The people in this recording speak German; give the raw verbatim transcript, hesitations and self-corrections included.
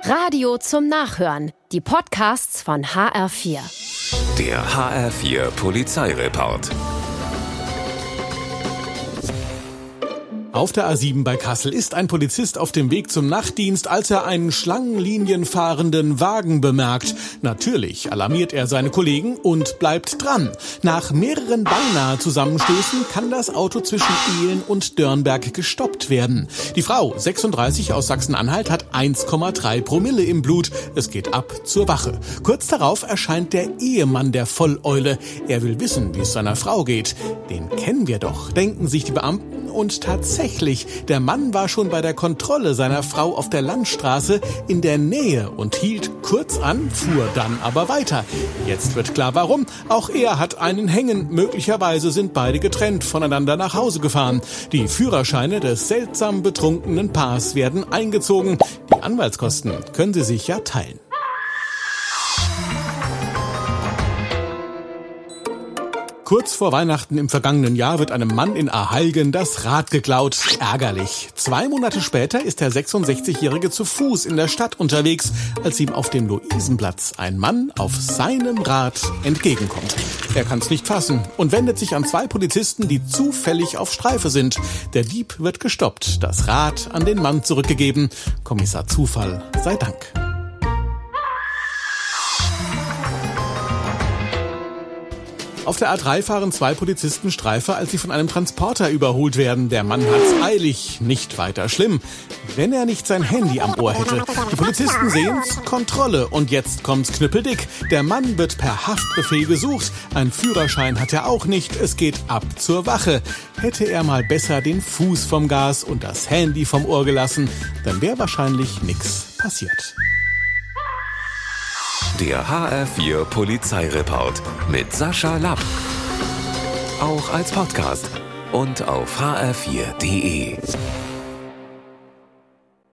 Radio zum Nachhören. Die Podcasts von H R vier. Der H R vier Polizeireport. Auf der A sieben bei Kassel ist ein Polizist auf dem Weg zum Nachtdienst, als er einen schlangenlinienfahrenden Wagen bemerkt. Natürlich alarmiert er seine Kollegen und bleibt dran. Nach mehreren beinahe Zusammenstößen kann das Auto zwischen Ehlen und Dörnberg gestoppt werden. Die Frau, sechsunddreißig, aus Sachsen-Anhalt, hat eins Komma drei Promille im Blut. Es geht ab zur Wache. Kurz darauf erscheint der Ehemann der Volleule. Er will wissen, wie es seiner Frau geht. Den kennen wir doch, denken sich die Beamten. Und tatsächlich, der Mann war schon bei der Kontrolle seiner Frau auf der Landstraße in der Nähe und hielt kurz an, fuhr dann aber weiter. Jetzt wird klar, warum. Auch er hat einen hängen. Möglicherweise sind beide getrennt voneinander nach Hause gefahren. Die Führerscheine des seltsam betrunkenen Paars werden eingezogen. Die Anwaltskosten können sie sich ja teilen. Kurz vor Weihnachten im vergangenen Jahr wird einem Mann in Aheilgen das Rad geklaut. Ärgerlich. Zwei Monate später ist der sechsundsechzigjährige zu Fuß in der Stadt unterwegs, als ihm auf dem Luisenplatz ein Mann auf seinem Rad entgegenkommt. Er kann es nicht fassen und wendet sich an zwei Polizisten, die zufällig auf Streife sind. Der Dieb wird gestoppt, das Rad an den Mann zurückgegeben. Kommissar Zufall sei Dank. Auf der A drei fahren zwei Polizisten Streife, als sie von einem Transporter überholt werden. Der Mann hat's eilig, nicht weiter schlimm. Wenn er nicht sein Handy am Ohr hätte. Die Polizisten sehen's, Kontrolle. Und jetzt kommt's knüppeldick. Der Mann wird per Haftbefehl gesucht. Ein Führerschein hat er auch nicht. Es geht ab zur Wache. Hätte er mal besser den Fuß vom Gas und das Handy vom Ohr gelassen, dann wäre wahrscheinlich nix passiert. Der H R vier Polizeireport mit Sascha Lapp. Auch als Podcast und auf h r vier punkt d e.